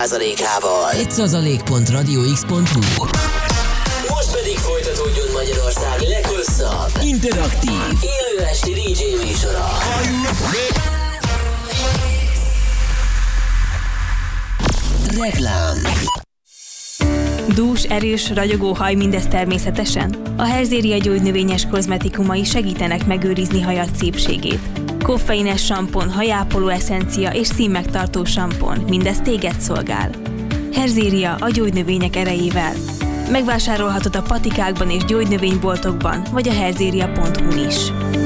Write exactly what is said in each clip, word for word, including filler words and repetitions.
százalékával. egy százalék pont radio x pont hu. Most pedig folytatódjon Magyarország leghosszabb, interaktív, élő esti dé dzsé műsora. Reklám. Dús, erős, ragyogó haj, mindez természetesen? A Herzéria gyógynövényes kozmetikumai segítenek megőrizni hajad szépségét. Koffeines sampon, hajápoló eszencia és színmegtartó sampon, mindez téged szolgál. Herzéria a gyógynövények erejével. Megvásárolhatod a patikákban és gyógynövényboltokban, vagy a herzéria pont hu-n is.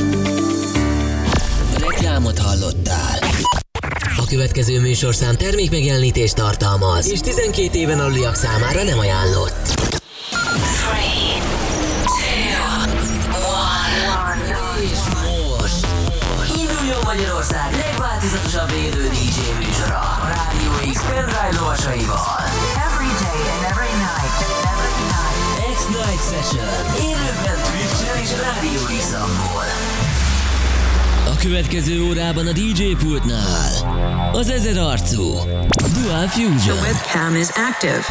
Reklámot hallottál. A következő műsorszám termékmegjelenítést tartalmaz, és tizenkét éven aluliak számára nem ajánlott. három, kettő, egy. És most induljon Magyarország legváltozatosabb élő dé dzsé műsora a Rádió X pendrive lovasaival. Every day and every night, every night. X-Night Session. Élőben Twitch-en és Rádió X-amból. A következő órában a dé dzsé pultnál az ezer arcú Dual Fusion. The webcam is active.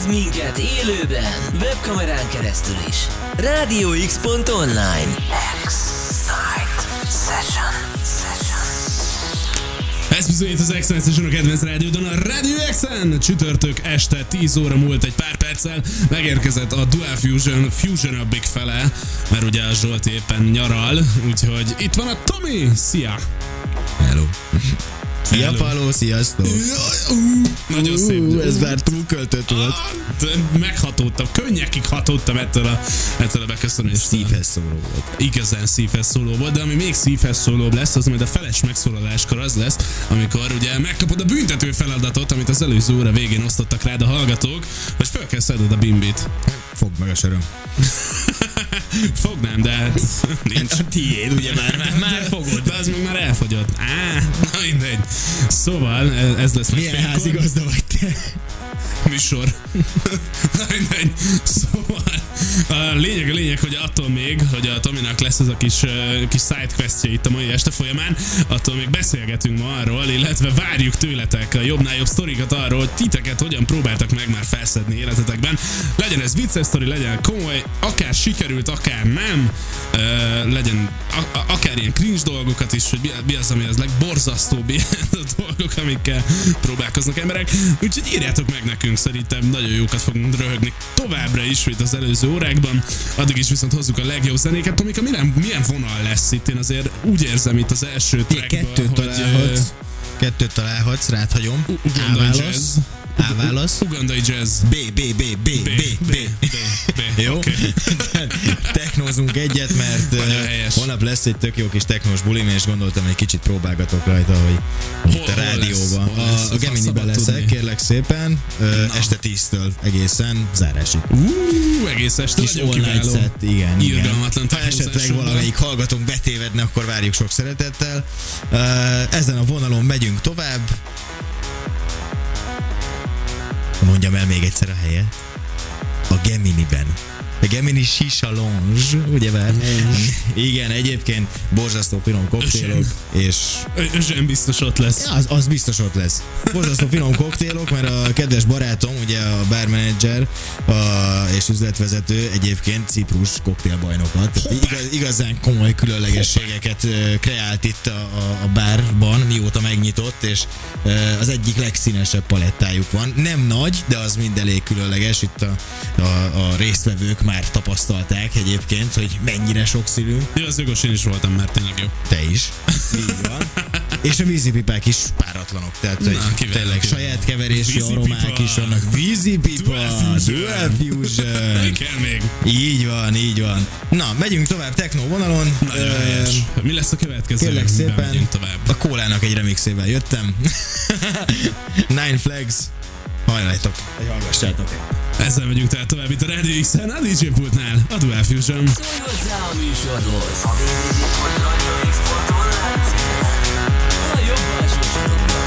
Nézz minket élőben, webkamerán keresztül is. rádió x pont online. X-Night Session. Session. Ez bizony az X-Night Session a kedvenc rádiódon, a Radio X-en. Csütörtök este tíz óra múlt egy pár perccel. Megérkezett a Dual Fusion Fusion-abbik fele, mert ugye a Zsolti éppen nyaral, úgyhogy itt van a Tomi. Szia! Hello. Szia, Hello. Paló, sziasztok! Nagyon szép. Uh, ez már túlköltött volt. Ah, meghatódtam, könnyekig hatódtam ettől a, ettől a beköszönéstől. Szívhez szóló volt. Igazán szívhez szóló volt, de ami még szívhez szólóbb lesz, az majd a feles megszólaláskor az lesz, amikor ugye megkapod a büntető feladatot, amit az előző óra végén osztottak rád a hallgatók, hogy fel kell szedned a bimbit. Fogd meg a söröm. Fognám, de hát nincs. A tiéd, ugye már, már, már fogod. De az meg már elfogyott. Á, na mindegy. Szóval ez lesz Milyen félkor. házigazda vagy te? Műsor. Na mindegy. Szóval a lényeg a lényeg, hogy attól még, hogy a Tominak lesz ez a kis, uh, kis sidequestje itt a mai este folyamán, attól még beszélgetünk ma arról, illetve várjuk tőletek a jobbnál jobb sztorikat arról, hogy titeket hogyan próbáltak meg már felszedni életetekben. Legyen ez vicces sztori, legyen komoly, akár sikerült, akár nem, uh, legyen a- a- akár ilyen cringe dolgokat is, hogy mi, mi az, ami az legborzasztóbb ilyen dolgok, amikkel próbálkoznak emberek. Úgyhogy írjátok meg nekünk, szerintem nagyon jókat fogunk röhögni továbbra is, mint az előző órákban. Addig is viszont hozzuk a legjobb zenéket. Tomika, milyen, milyen vonal lesz itt? Én azért úgy érzem itt az első trackből, Kettőt hogy... találhatsz. Kettőt találhatsz, ráthagyom. A Ugandai jazz. válasz. A válasz. Ugandai jazz. B, B, B, B, B, B. B. Jó? Oké. Technózunk egyet, mert Nagyon uh, helyes. holnap lesz egy tök jó kis technós bulim, és gondoltam, hogy kicsit próbálgatok rajta, hogy Hol- itt a hol rádióban. lesz? Hol lesz? A, a Azt Geminiben szabad leszek, tudni. kérlek szépen, uh, este tíztől egészen zárásig. Ú, egész este Kis nagyon all night kiváló. set, igen, igen. Irgalmatlan Ha technózás esetleg sorban. valamelyik hallgatónk betévedne, akkor várjuk sok szeretettel. Uh, ezen a vonalon megyünk tovább. Mondjam el még egyszer a helyet. A Geminiben. A Gemini Shisha Lounge, ugye már? Igen, egyébként borzasztó finom koktélok, és Zsem biztos ott lesz. az, az biztos ott lesz. Borzasztó finom koktélok, mert a kedves barátom, ugye a barmenedzser a, és üzletvezető egyébként Ciprus koktélbajnokat. Tehát igaz, igazán komoly különlegességeket ö, kreált itt a, a, a bárban, mióta megnyitott, és ö, az egyik legszínesebb palettájuk van. Nem nagy, de az mind elég különleges. Itt a, a, a résztvevők már tapasztalták egyébként, hogy mennyire sokszínű. Jó, az jogos, én is voltam már, tényleg jó. Te is. Így van. És a vízipipák is páratlanok. Tehát, hogy Na, kiváló, tényleg kiváló. saját keverési Vízipipa. aromák is vannak. Vízipipa, Dual Fusion. Dual Fusion. Kell még. Így van, így van. Na, megyünk tovább techno vonalon. Nagyon Ö, helyes. Mi lesz a következő? Kérlek Miben szépen, megyünk tovább? a kólának egy remixével jöttem. Nine Flags. Hajrajtok, hogy hallgassátok. Ezzel megyünk tehát tovább itt a Radio X-en, a dé dzsé pultnál, a Dual Fusion. Szólj hozzá a műsorhoz. A www pont radio x pont online címen. A jobb alsó sarokban.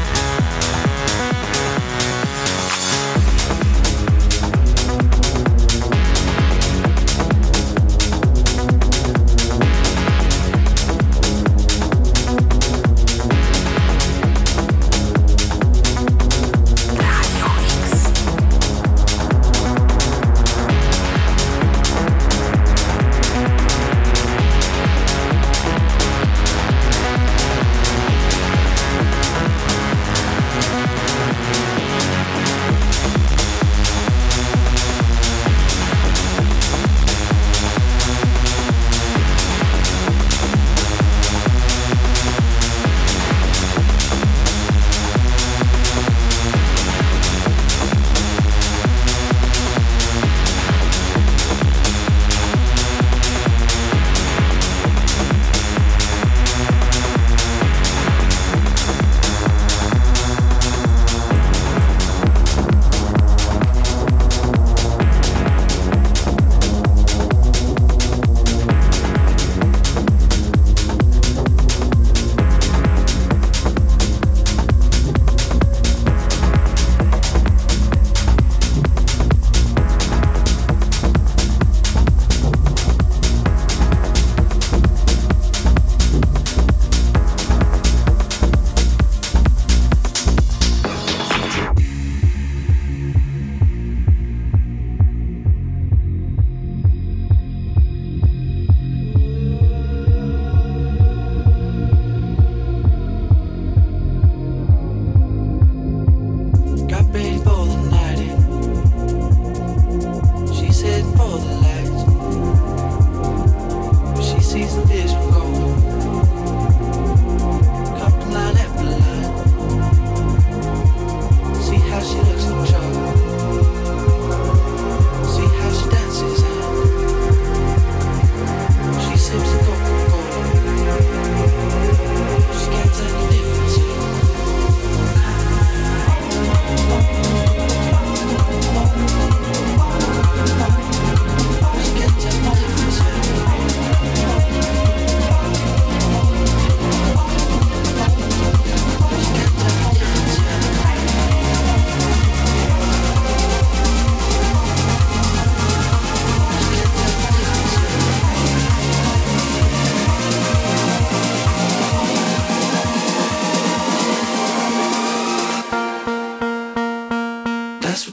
Session.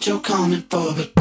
you're coming for, but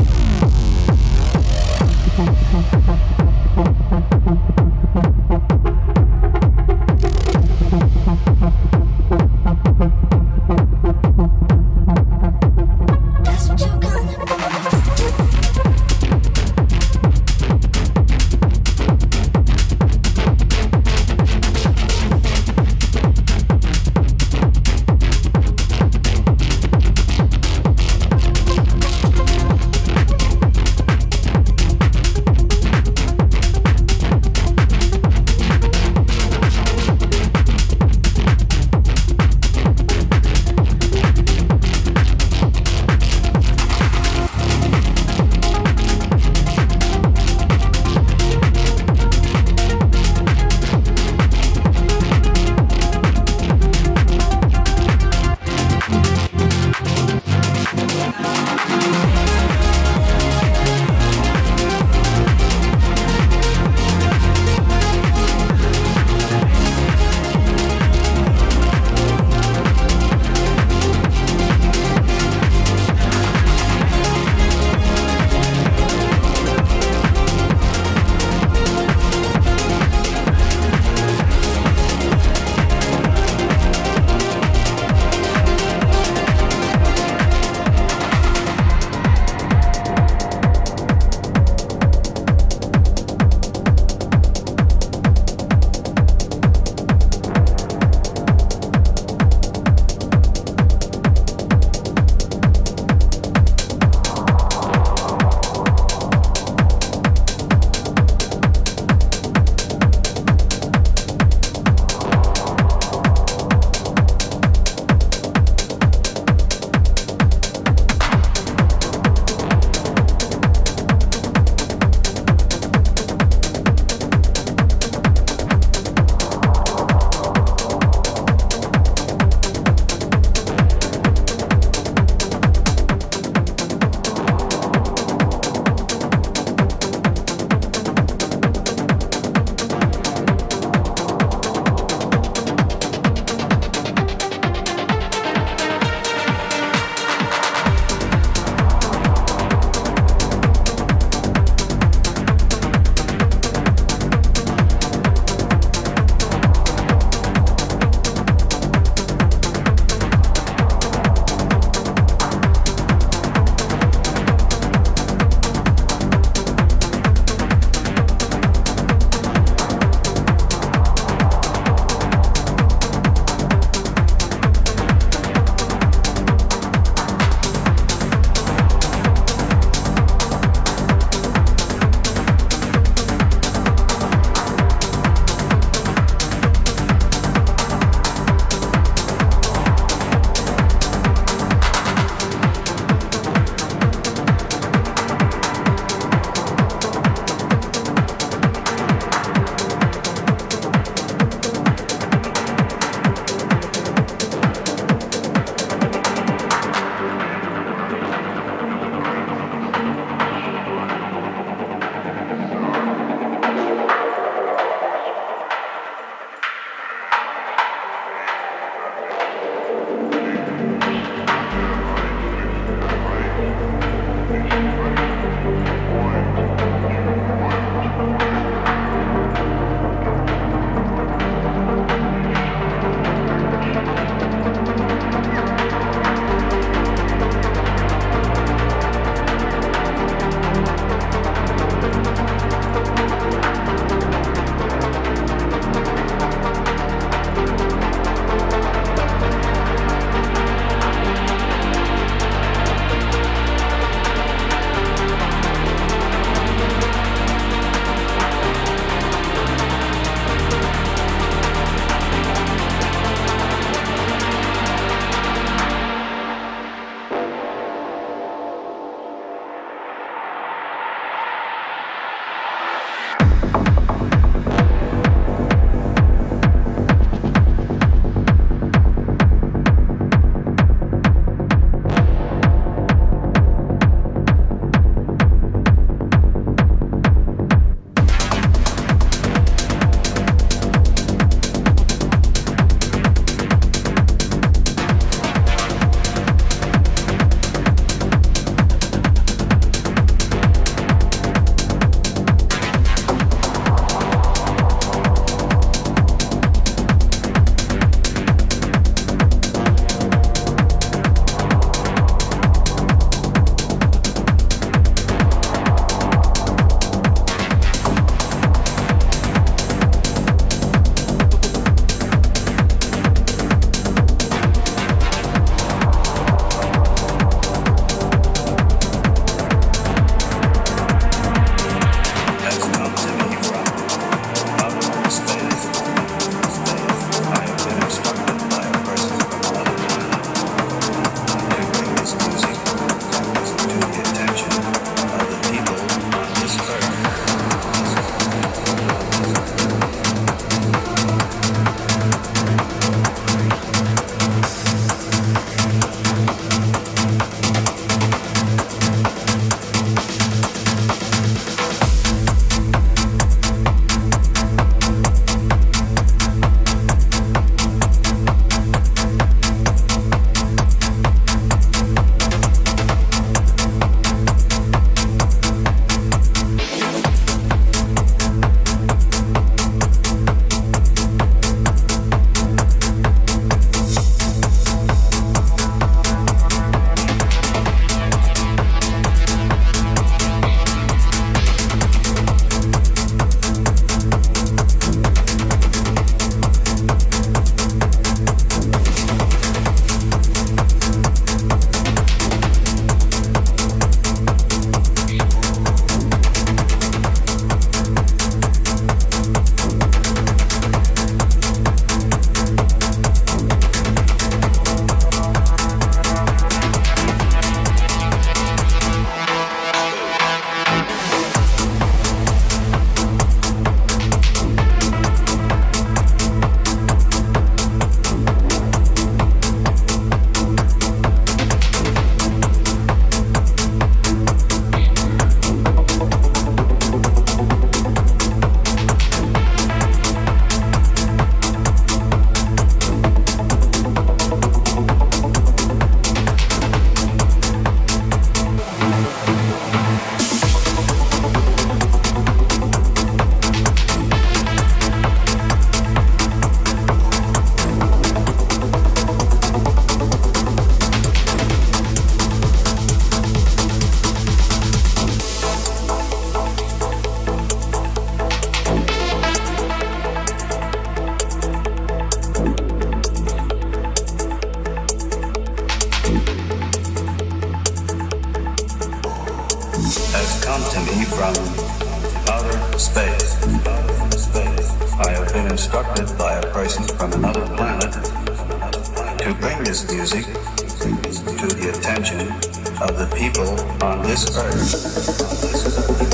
come to me from outer space. I have been instructed by a person from another planet to bring this music to the attention of the people on this earth.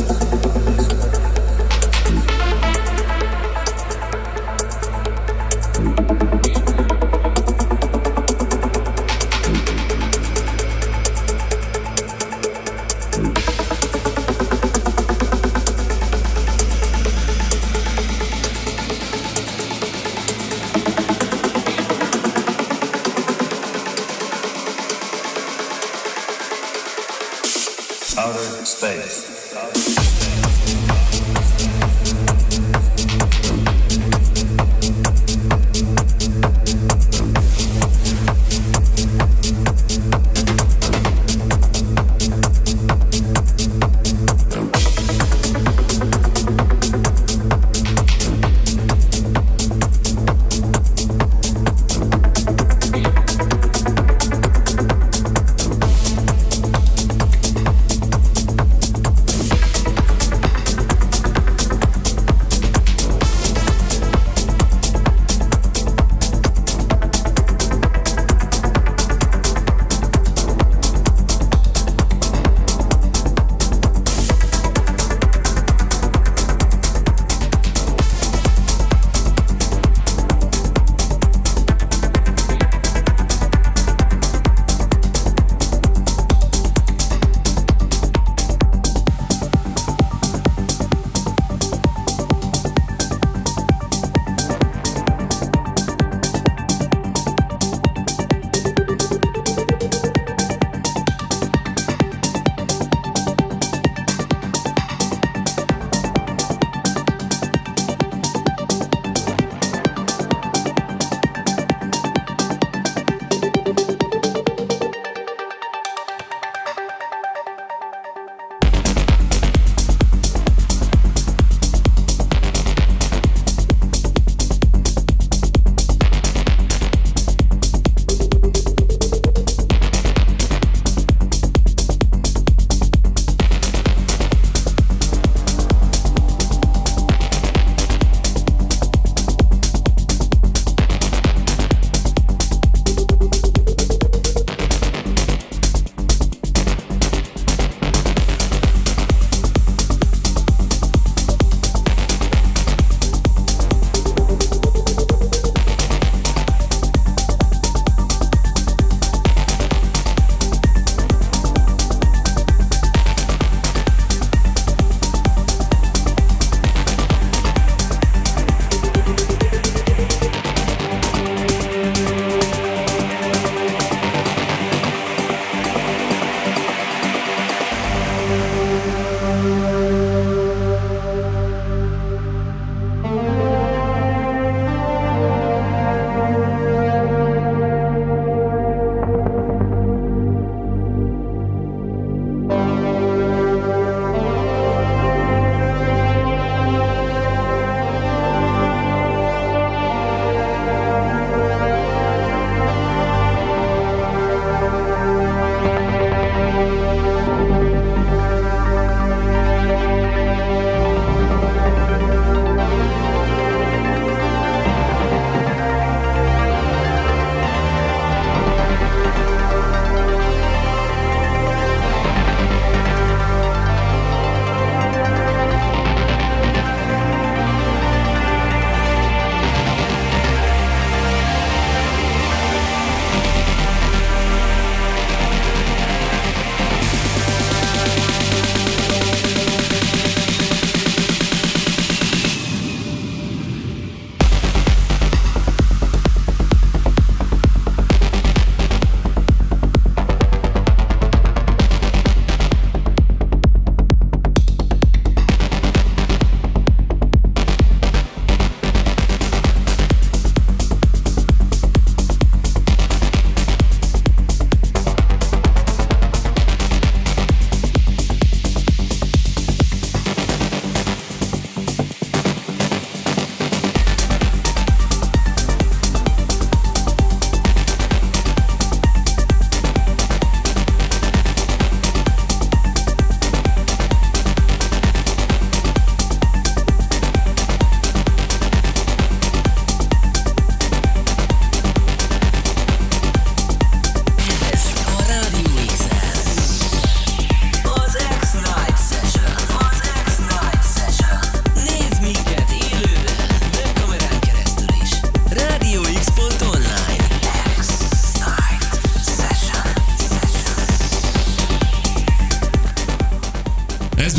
Outer space.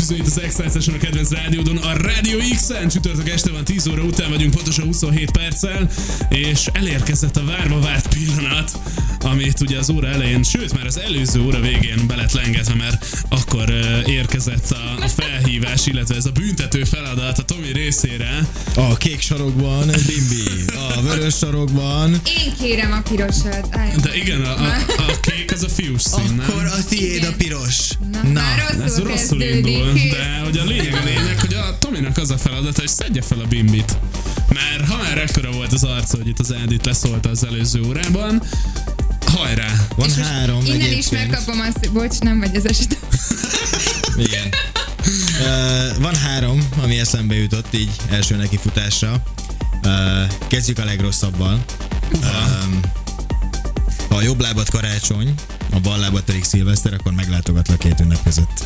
Tűző itt az X-Session a kedvenc rádiódon, a Rádió X-en. Csütörtök este van, tíz óra után vagyunk, pontosan huszonhét perccel, és elérkezett a várva várt pillanat, amit ugye az óra elején, sőt már az előző óra végén be lett lengetve, mert akkor uh, érkezett a, a felhívás, illetve ez a büntető feladat a Tomi részére. A kék sarokban Bimbi, a vörös sarokban. Én kérem a pirosat. Állj, De igen, a, a, a kék az a fiús szín, nem? Akkor a tiéd a piros. Na, Na. már rosszul, Ez rosszul indul, de hogy a lényeg a lényeg, hogy a Tominak az a feladata, hogy szedje fel a Bimbit. Mert ha már ekkora volt az arca, hogy itt az Edith leszólta az előző órában, hajrá! Van három Innen egyébként. is megkapom azt, hogy bocs, nem vagy az eset. Igen. Uh, van három, ami eszembe jutott így első nekifutásra. Uh, kezdjük a legrosszabbal. Um, ha a jobb lábad karácsony, a bal lábad pedig szilveszter, akkor meglátogatlak két ünnep között.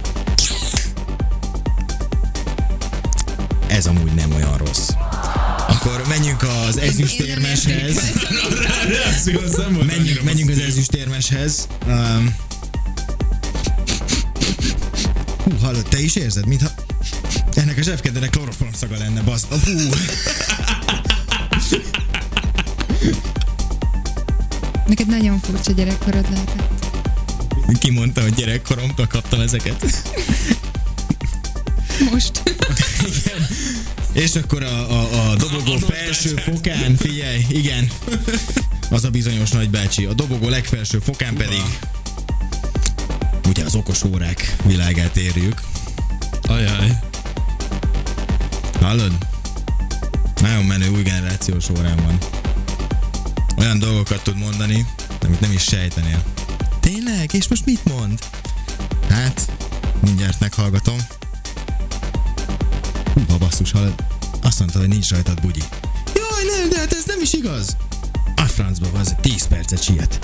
Ez amúgy nem olyan rossz. Akkor menjünk az ezüstérmeshez. Menjünk, menjünk az ezüstérmeshez. Um, hú, hallod, te is érzed, mintha ennek a zsebkedőnek kloroform szaga lenne, bazd. Hú. Neked nagyon furcsa gyerekkorod lehetett. Ki mondta, hogy gyerekkoromtól kaptam ezeket? Most. Igen. És akkor a, a, a dobogó felső fokán, figyelj, igen, az a bizonyos nagybácsi. A dobogó legfelső fokán pedig ugye az okos órák világát érjük. Ajaj. Hallod? Nagyon menő új generációs órán van. Olyan dolgokat tud mondani, amit nem is sejtenél. Tényleg? És most mit mond? Hát, mindjárt meghallgatom. Hú, basszus, hallod? Azt mondta, hogy nincs rajtad bugyi. Jaj, nem, de hát ez nem is igaz. A francba, az tíz percet siet.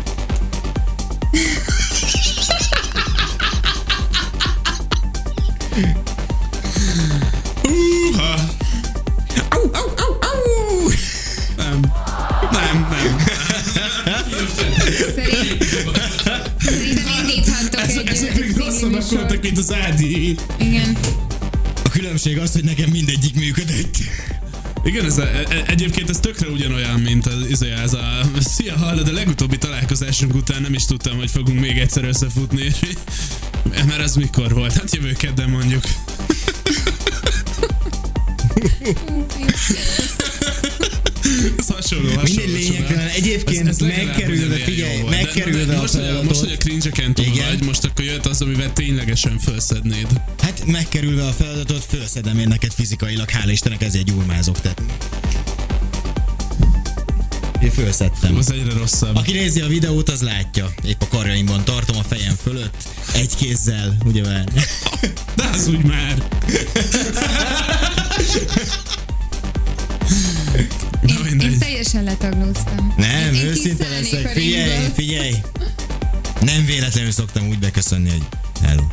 Húha! Au, au, au, au! Nem. Nem, nem. Szerint, szerintem indíthattok Ez, egy ezek még egy rosszabbak műsort. voltak, mint az Ádi. Igen. A különbség az, hogy nekem mindegyik működött. Igen, ez a, e, egyébként ez tökre ugyanolyan, mint az, ez a, ez a szia, hallod, a legutóbbi találkozásunk után nem is tudtam, hogy fogunk még egyszer összefutni, mert ez mikor volt? Hát jövő kedden mondjuk. Ez hasonló, hasonló. Mindegy lényegtelen. Egyébként Ez- ez legalább megkerülve, ugyanilyen figyelj, jó volt. De- megkerülve de a most, hogy a- feladatot. most, hogy a cringe-eken túl Igen. vagy, most akkor jött az, amivel ténylegesen felszednéd. Hát megkerülve a feladatot, fölszedem én neked fizikailag, hála Istennek, ezért gyurmázok, tehát. Én fölszedtem. Az egyre rosszabb. Aki nézi a videót, az látja. Épp a karjaimban tartom a fejem fölött, egy kézzel, ugye már. De az úgy már. Na Én, mindegy. én teljesen letaglóztam. Nem, Én- én őszinte kiszállnék leszek, a figyelj, ringből. figyelj. Nem véletlenül szoktam úgy beköszönni, hogy hello.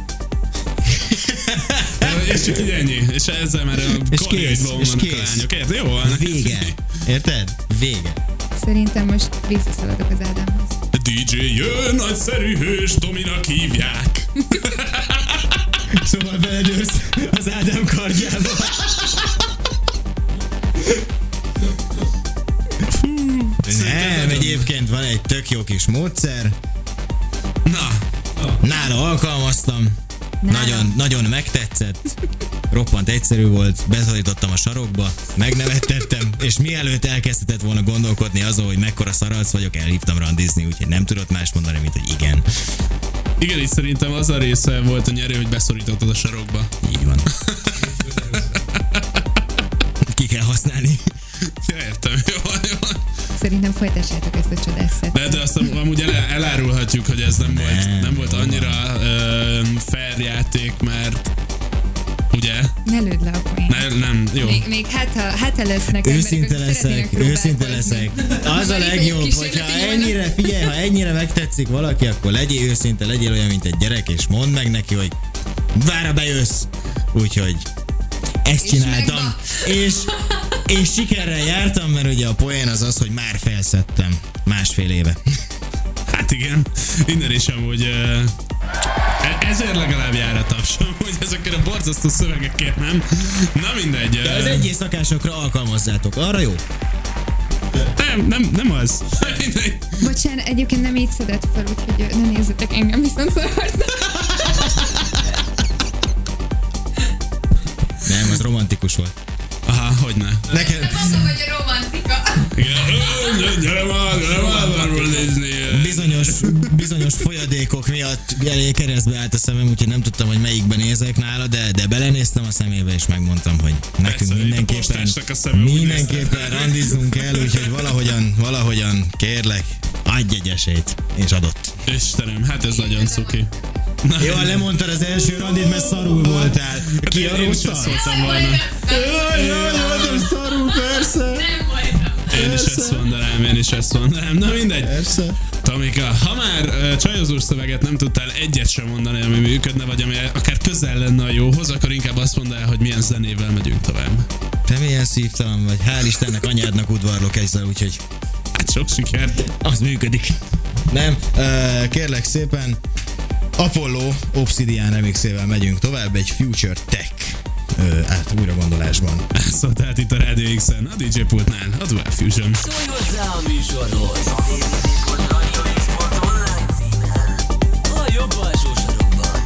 És csak így ennyi. És ezzel már a És karjaid kész, és vonulnak a kész. lányok. Érted? Jó van. Vége. Érted? Vége. Szerintem most visszaszaladok az Ádámhoz. dé dzsé jön, nagyszerű hős, Dominak hívják. Szóval beledőlsz az Ádám kardjába. Nem, egyébként van egy tök jó kis módszer. Na, Nála alkalmaztam. Nagyon, nagyon megtetszett. Roppant egyszerű volt, beszorítottam a sarokba, megnevettettem, és mielőtt elkezdhetett volna gondolkodni azon, hogy mekkora szaralc vagyok, elhívtam randizni, úgyhogy nem tudott más mondani, mint hogy igen. igen, így szerintem az a része volt a nyerő, hogy beszorítottad a sarokba. Így van. Ki kell használni. Ja, értem, jó van, jó van. Szerintem folytassátok ezt a csodás De, szettet. de azt amúgy el, elárulhatjuk, hogy ez nem, Nem, volt, nem volt jó annyira ö, fair játék, mert ugye? Ne lőd le a poént. Ne, nem, jó. Még, még hát, ha, hát ha lesznek Őszinte emberek, akik leszek, szeretnének őszinte próbálkozni. leszek. Az a Van itt egy legjobb, kísérleti hogyha volna. ennyire, figyelj, ha ennyire megtetszik valaki, akkor legyél őszinte, legyél olyan, mint egy gyerek, és mondd meg neki, hogy vára bejössz. Úgyhogy ezt És csináltam. megva. És, és sikerrel jártam, mert ugye a poén az az, hogy már felszedtem másfél éve. Hát igen, innen is amúgy uh, Ezért legalább jár a tapsom, hogy ezekkel a borzasztó szövegekért nem. Na mindegy. De az egy éjszakásokra alkalmazzátok, arra jó? Nem, nem, nem az. Bocsánat, egyébként nem így szedett fel, úgyhogy ne nézzetek engem, viszont szarharcnak. Nem, az romantikus volt. Aha, hogyne. Neked... Mondom, hogy a romantika. Gyere már, gyere már, nézni. Bizonyos, bizonyos folyadékok miatt elég keresztbe állt a szemem, úgyhogy nem tudtam, hogy melyikben nézek nála, de, de belenéztem a szemébe, és megmondtam, hogy nekünk Persze, mindenképpen, mindenképpen randizunk el, úgyhogy valahogyan, valahogyan kérlek, adj egy esélyt, és adott. Istenem, hát ez nagyon cuki. Na, jó, lemondtad az első randit, mert szarul voltál. Ki a rossz szar? Szóltam volna. Jaj, jaj, voltam szarul, persze. Nem voltam. Én is ezt mondanám, én is ezt mondanám. Na mindegy. Persze. Tomika, ha már uh, csajozós szöveget nem tudtál egyet sem mondani, ami működne, vagy ami akár közel lenne a jóhoz, akkor inkább azt mondd el, hogy milyen zenével megyünk tovább. Te milyen szívtalan vagy. Hál' Istennek anyádnak udvarlok ezzel, úgyhogy... Hát sok sikert. Az működik. Nem, uh, kérlek szépen, Apollo Obsidian remixével megyünk tovább, egy Future Tech uh, át újra gondolásban. Szóval tehát itt a Radio X-en, a dé dzsé pultnál, a Dual Fusion. Szólj hozzá a műsorhoz! double-u double-u double-u pont radio x pont online címen. A jobb alsó sarokban.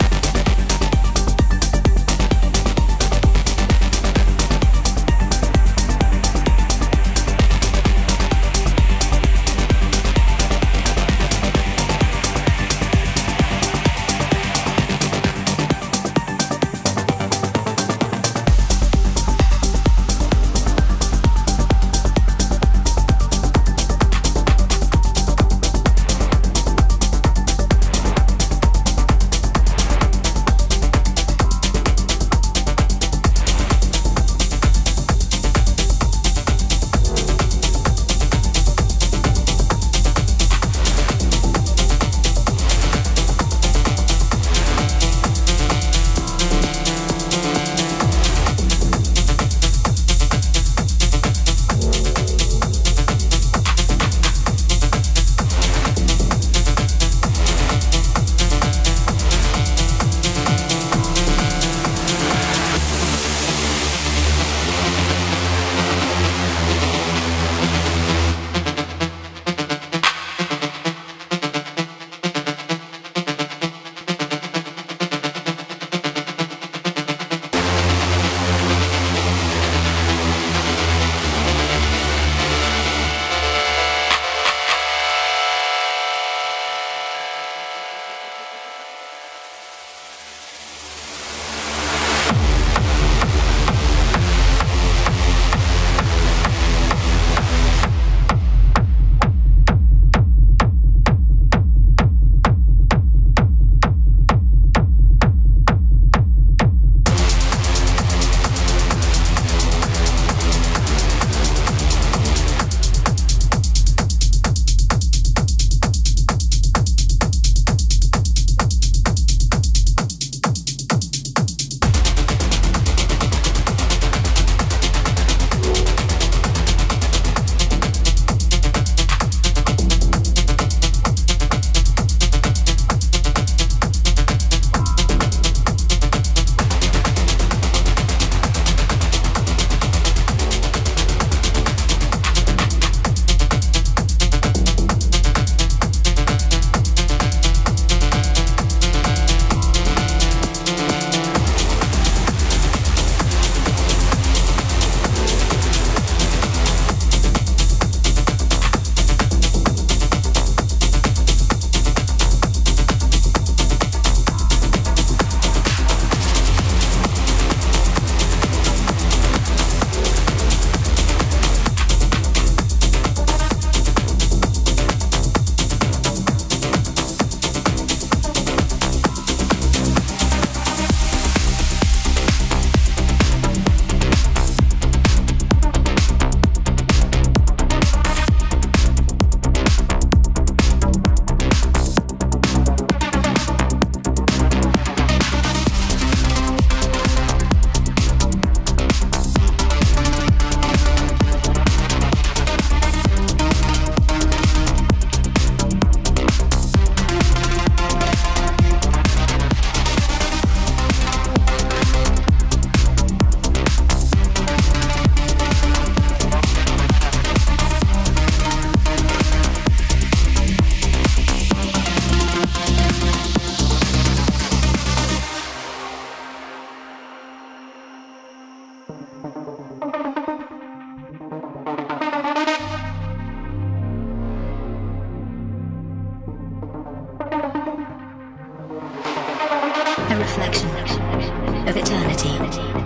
reflection of eternity.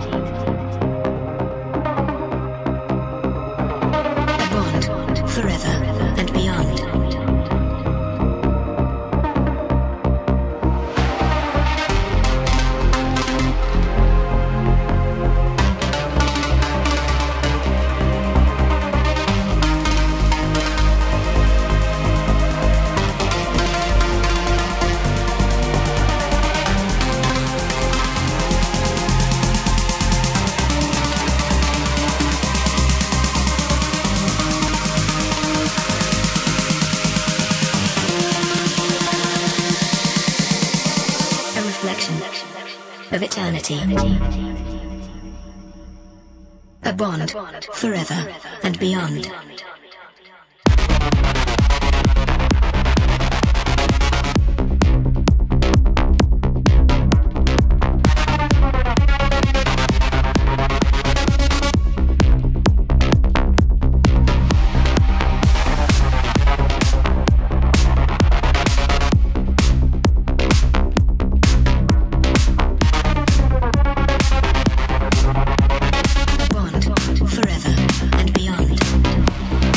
A bond forever and beyond. Of eternity. A bond forever and beyond. Forever and beyond.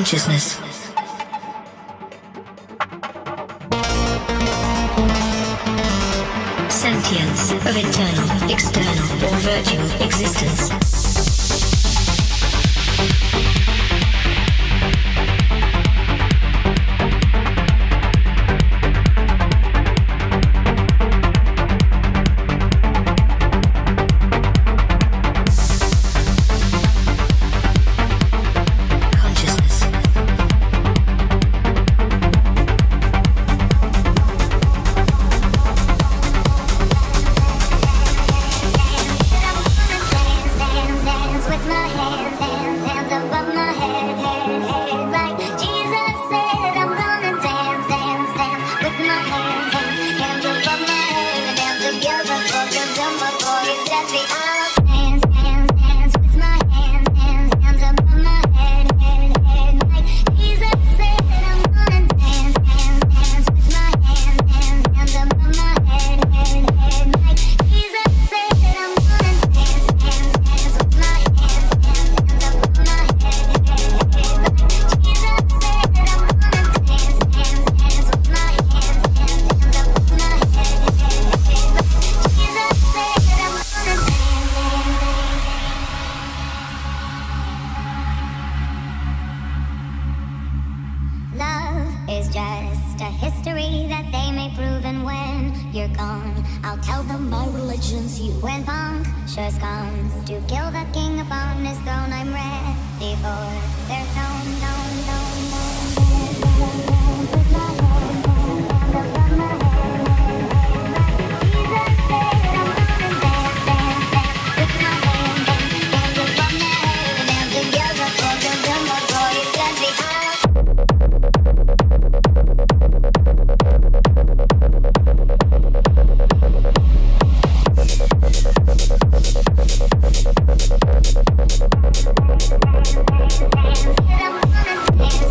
Consciousness. Sentience of internal, external, or virtual existence. Dance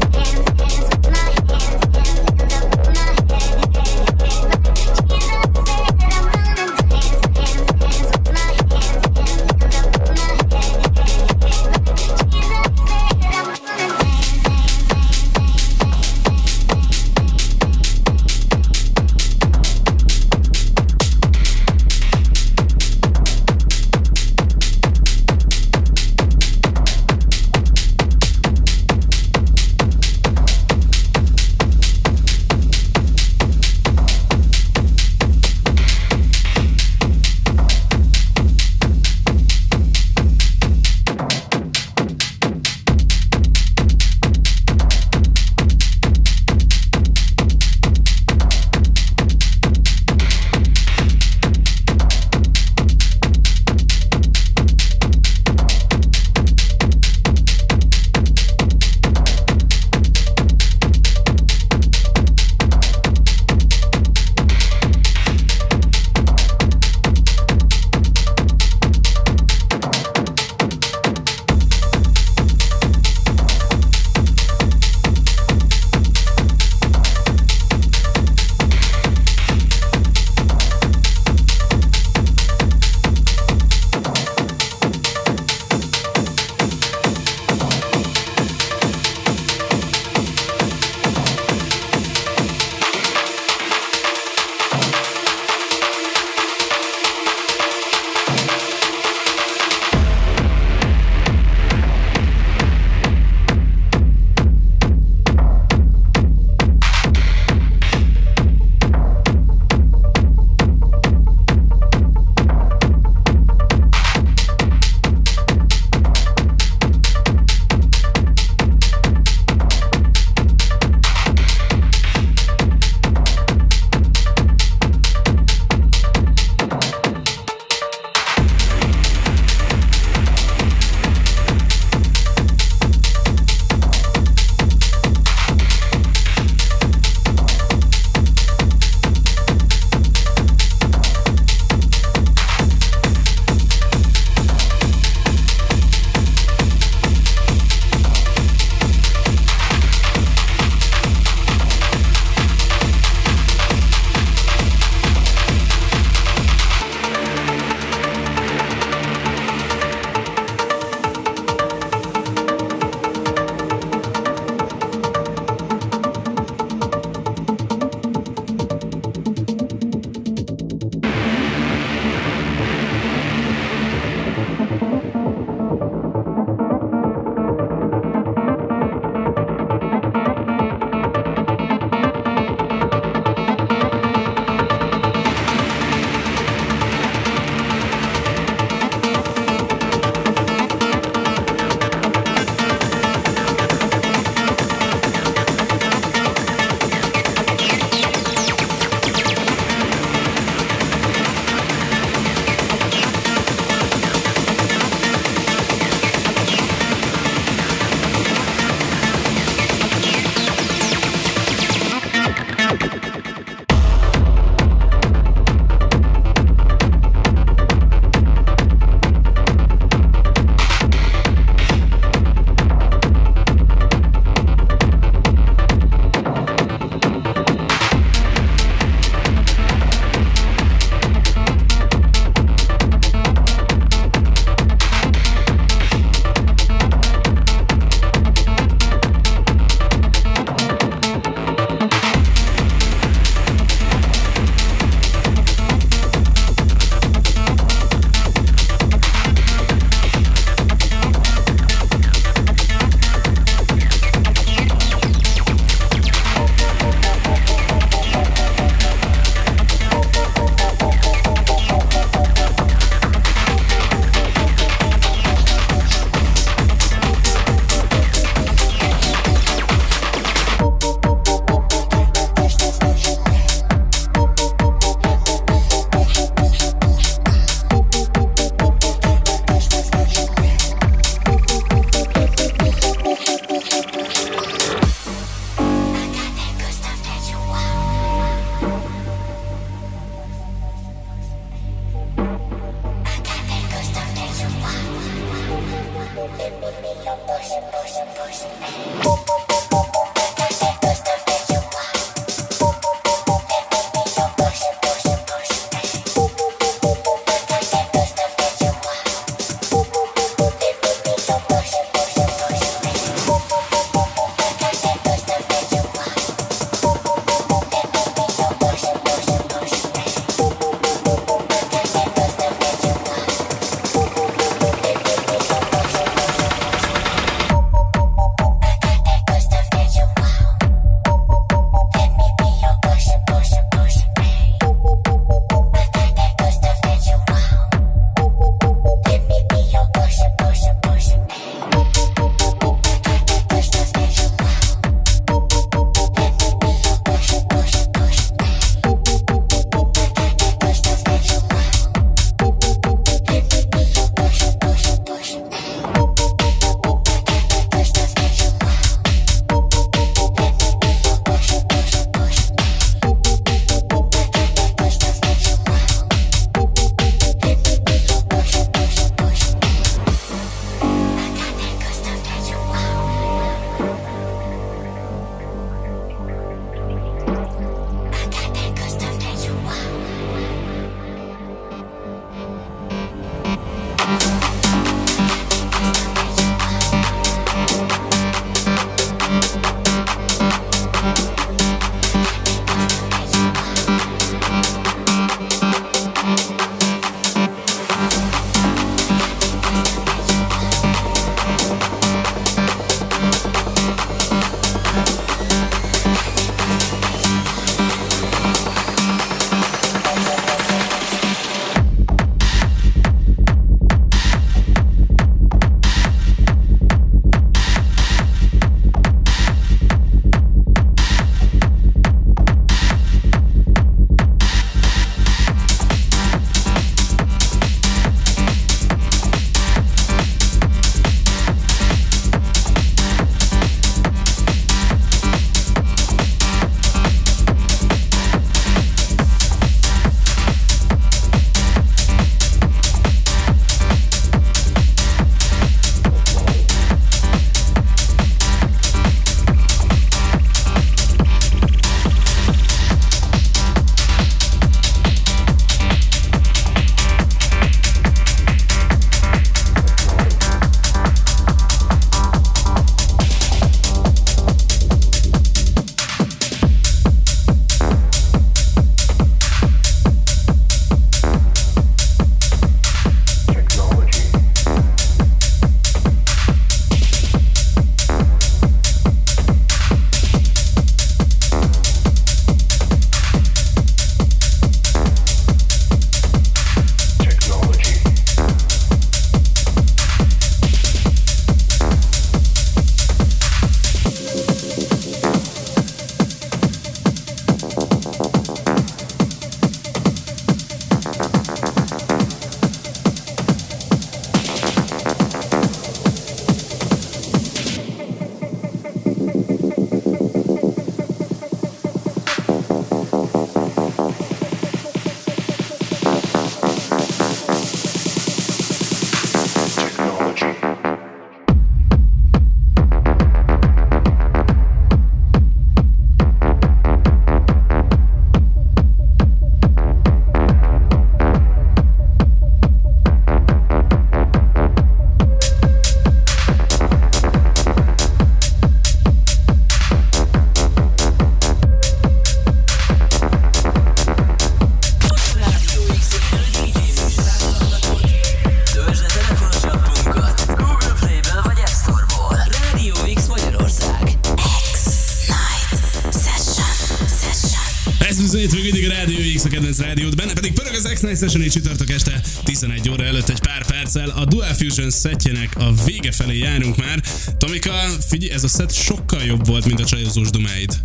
Ez bizonyít még mindig a Rádió X, a kedvenc rádiót, benne pedig pörög az X-Night Session, csütörtök este tizenegy óra előtt egy pár perccel. A Dual Fusion szettjének a vége felé járunk már. Tomika, figyelj, ez a szett sokkal jobb volt, mint a csajozós dumáid.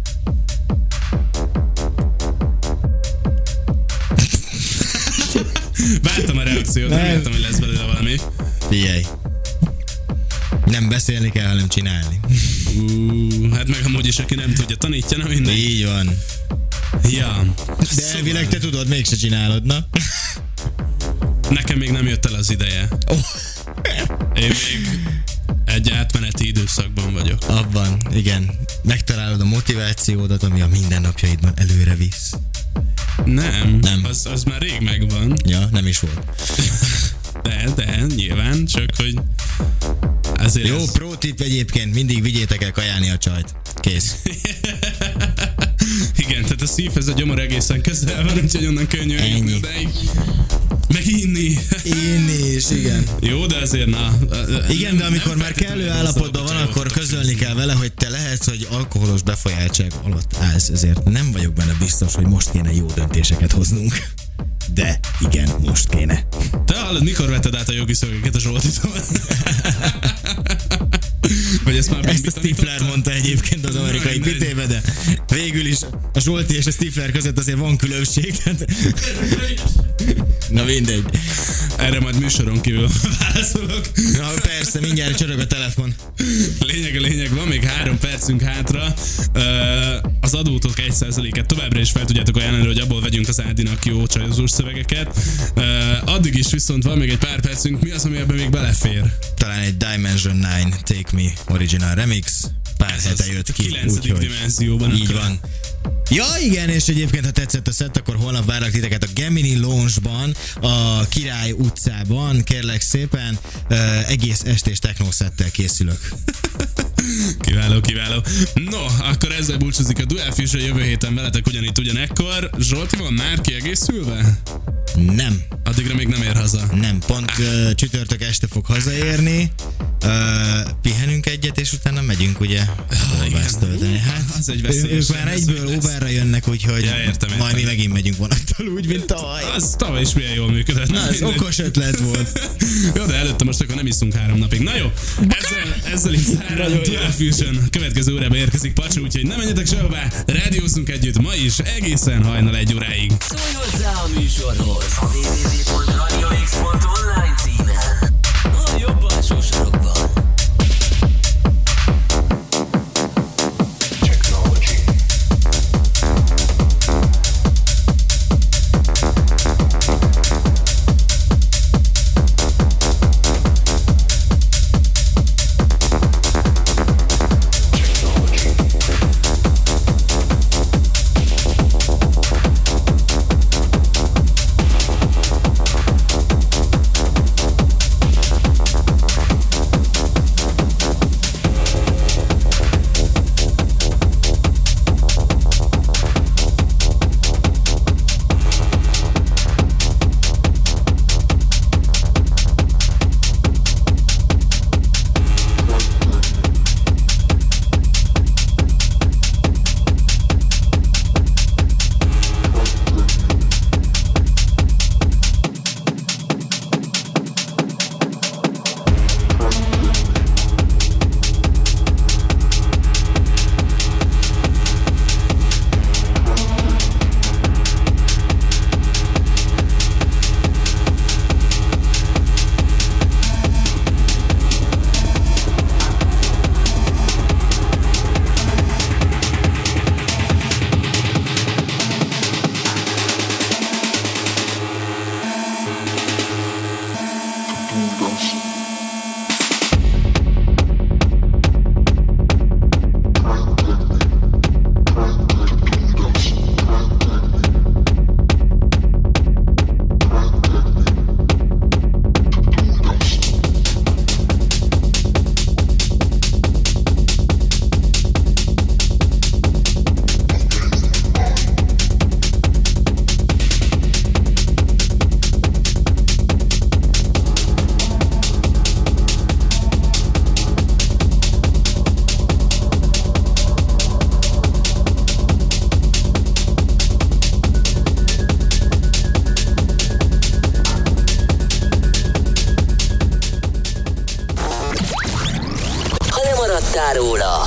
Vártam a reakciót, nem értem, hogy lesz belőle valami. Figyelj. Nem beszélni kell, hanem csinálni. Uh, hát meg amúgy is, aki nem tudja, tanítja, na minden. Így van. Ja. De szóval... elvileg te tudod, mégse csinálod, na? Nekem még nem jött el az ideje. Oh. Én még egy átmeneti időszakban vagyok. Abban, igen. Megtalálod a motivációdat, ami a mindennapjaidban előre visz. Nem, nem. Az, az már rég megvan. Ja, nem is volt. De, de, nyilván, csak hogy azért jó, ez... pro tip egyébként, mindig vigyétek el kajálni a csajt. Kész. Igen, tehát a szívhez a gyomor egészen közel van, úgyhogy onnan könnyű eljutni odáig. Meg inni. Inni is, igen. Jó, de azért na. Igen, de amikor már kellő állapotban van, akkor közölni kell vele, hogy te lehetsz, hogy alkoholos befolyáltság alatt állsz, ezért nem vagyok benne biztos, hogy most kéne jó döntéseket hoznunk. De igen, most kéne. Te hallod, mikor vetted át a jogi szögeket a Zsoltitól? Vagy ezt már ezt a Stifler mondta egyébként az amerikai no, pitébe, de végül is a Zsolti és a Stifler között azért van különbség. Tehát... Na mindegy. Erre majd műsoron kívül válaszolok. Na persze, mindjárt csörög a telefon. Lényeg a lényeg, van még három percünk hátra. Az adótok egy százalékát továbbra is fel tudjátok ajánlani, hogy abból vegyünk az Ádinak jó csajozós szövegeket. Addig is viszont van még egy pár percünk. Mi az, ami ebben még belefér? Talán egy Dimension kilenc Take Me Original Remix. Pár ez hete jött ki. kilencedik dimenzióban. Így van. Ja igen, és egyébként ha tetszett a szett, akkor holnap várlak titeket a Gemini Lounge-ban, a Király utcában, kérlek szépen, uh, egész estés technószettel készülök. Kiváló, kiváló. No, akkor ezzel búcsúzik a Dual Fusion, jövő héten veletek ugyanitt ugyanekkor. Zsolti, van már kiegészülve? Nem. Addigra még nem ér haza? Nem, pont uh, csütörtök este fog hazaérni. Uh, pihenünk egyet, és utána megyünk ugye Olvász tölteni. Hát, az egy veszélyes. Ők már egyből Uberra jönnek, úgyhogy ja, értem, értem. majd mi megint megyünk vonattal úgy, mint tavaly. Az tavaly is milyen jól működött. Na, ez okos ötlet volt. Jó, de előtte most akkor nem iszunk három napig. Na jó, ezzel, ezzel így zárva a Dual Fusion. Következő órában érkezik Pacsó, úgyhogy nem menjetek sehová, rádiózunk együtt ma is, egészen hajnal egy óráig. Szólj hozzá a műsorhoz a double-u double-u double-u pont radio x pont online címen. A jobb alsó sarokban.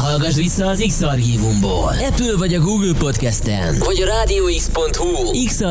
Hallgass vissza az X-Archívumból. Apple vagy a Google Podcasten, vagy a rádió x pont hu X